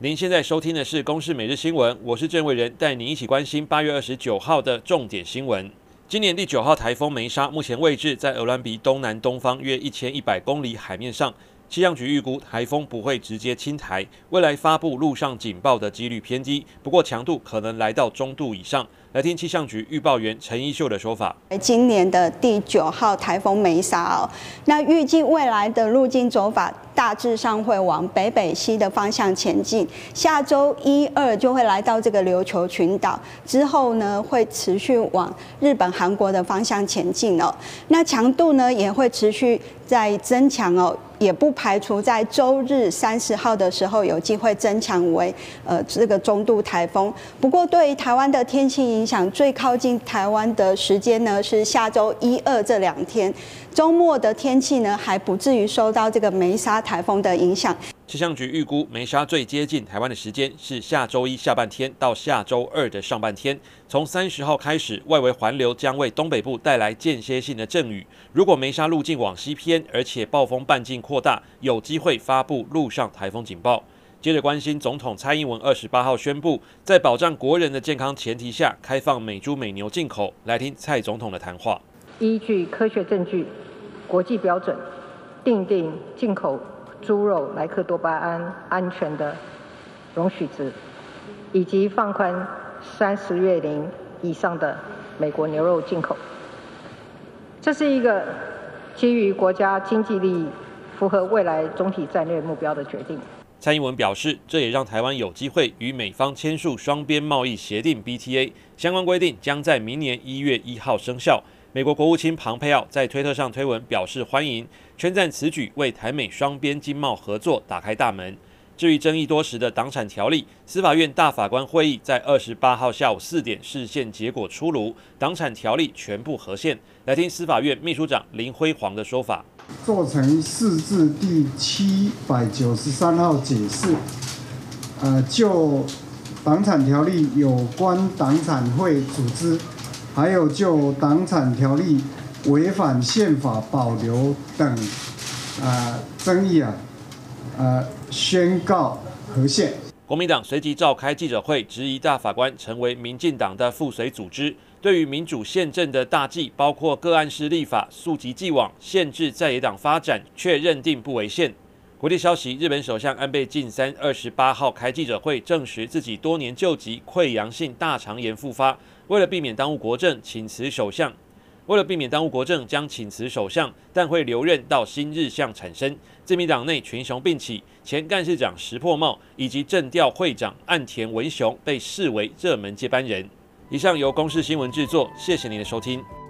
您现在收听的是《公视每日新闻》，我是郑伟仁，带您一起关心8月29号的重点新闻。今年第9号台风梅莎，目前位置在鹅銮鼻东南东方约1100公里海面上。气象局预估台风不会直接侵台，未来发布陆上警报的几率偏低，不过强度可能来到中度以上。来听气象局预报员陈一秀的说法。 今年的第9号台风梅莎那预计未来的路径走法大致上会往北北西的方向前进。下周1、2就会来到这个琉球群岛，之后呢会持续往日本、韩国的方向前进哦。那强度呢也会持续在增强哦。也不排除在周日30号的时候有机会增强为这个中度台风。不过对于台湾的天气影响，最靠近台湾的时间呢是下周1、2这2天，周末的天气呢还不至于受到这个梅莎台风的影响。 气象局预估梅莎最接近台湾的时间是下周1下半天到下周2的上半天。从30号开始，外围环流将为东北部带来间歇性的阵雨。如果梅莎路径往西偏，而且暴风半径扩大，有机会发布陆上台风警报。接着关心总统蔡英文28号宣布，在保障国人的健康前提下，开放美猪美牛进口。来听蔡总统的谈话。 依据科学证据、国际标准，订定进口猪肉莱克多巴胺安全的容许值，以及放宽30月龄以上的美国牛肉进口。这是一个基于国家经济利益、符合未来总体战略目标的决定。 蔡英文表示，这也让台湾有机会与美方签署双边贸易协定 BTA， 相关规定将在明年1月1号生效。美国国务卿庞佩奥在推特上推文表示欢迎，称赞此举为台美双边经贸合作打开大门。至于争议多时的党产条例，司法院大法官会议在28号下午4点释宪结果出炉，党产条例全部合宪。来听司法院秘书长林辉煌的说法。 做成释字第793号解释，就党产条例有关党产会组织，还有就党产条例违反宪法保留等争议宣告合宪。 国民党随即召开记者会，质疑大法官成为民进党的附随组织，对于民主宪政的大忌，包括个案式立法、溯及既往、限制在野党发展，却认定不违宪。国际消息，日本首相安倍晋三28号开记者会，证实自己多年救急溃疡性大肠炎复发，为了避免耽误国政，请辞首相。将请辞首相，但会留任到新日向产生。自民党内群雄并起，前干事长石破茂以及政调会长岸田文雄被视为热门接班人。以上由公视新闻制作，谢谢您的收听。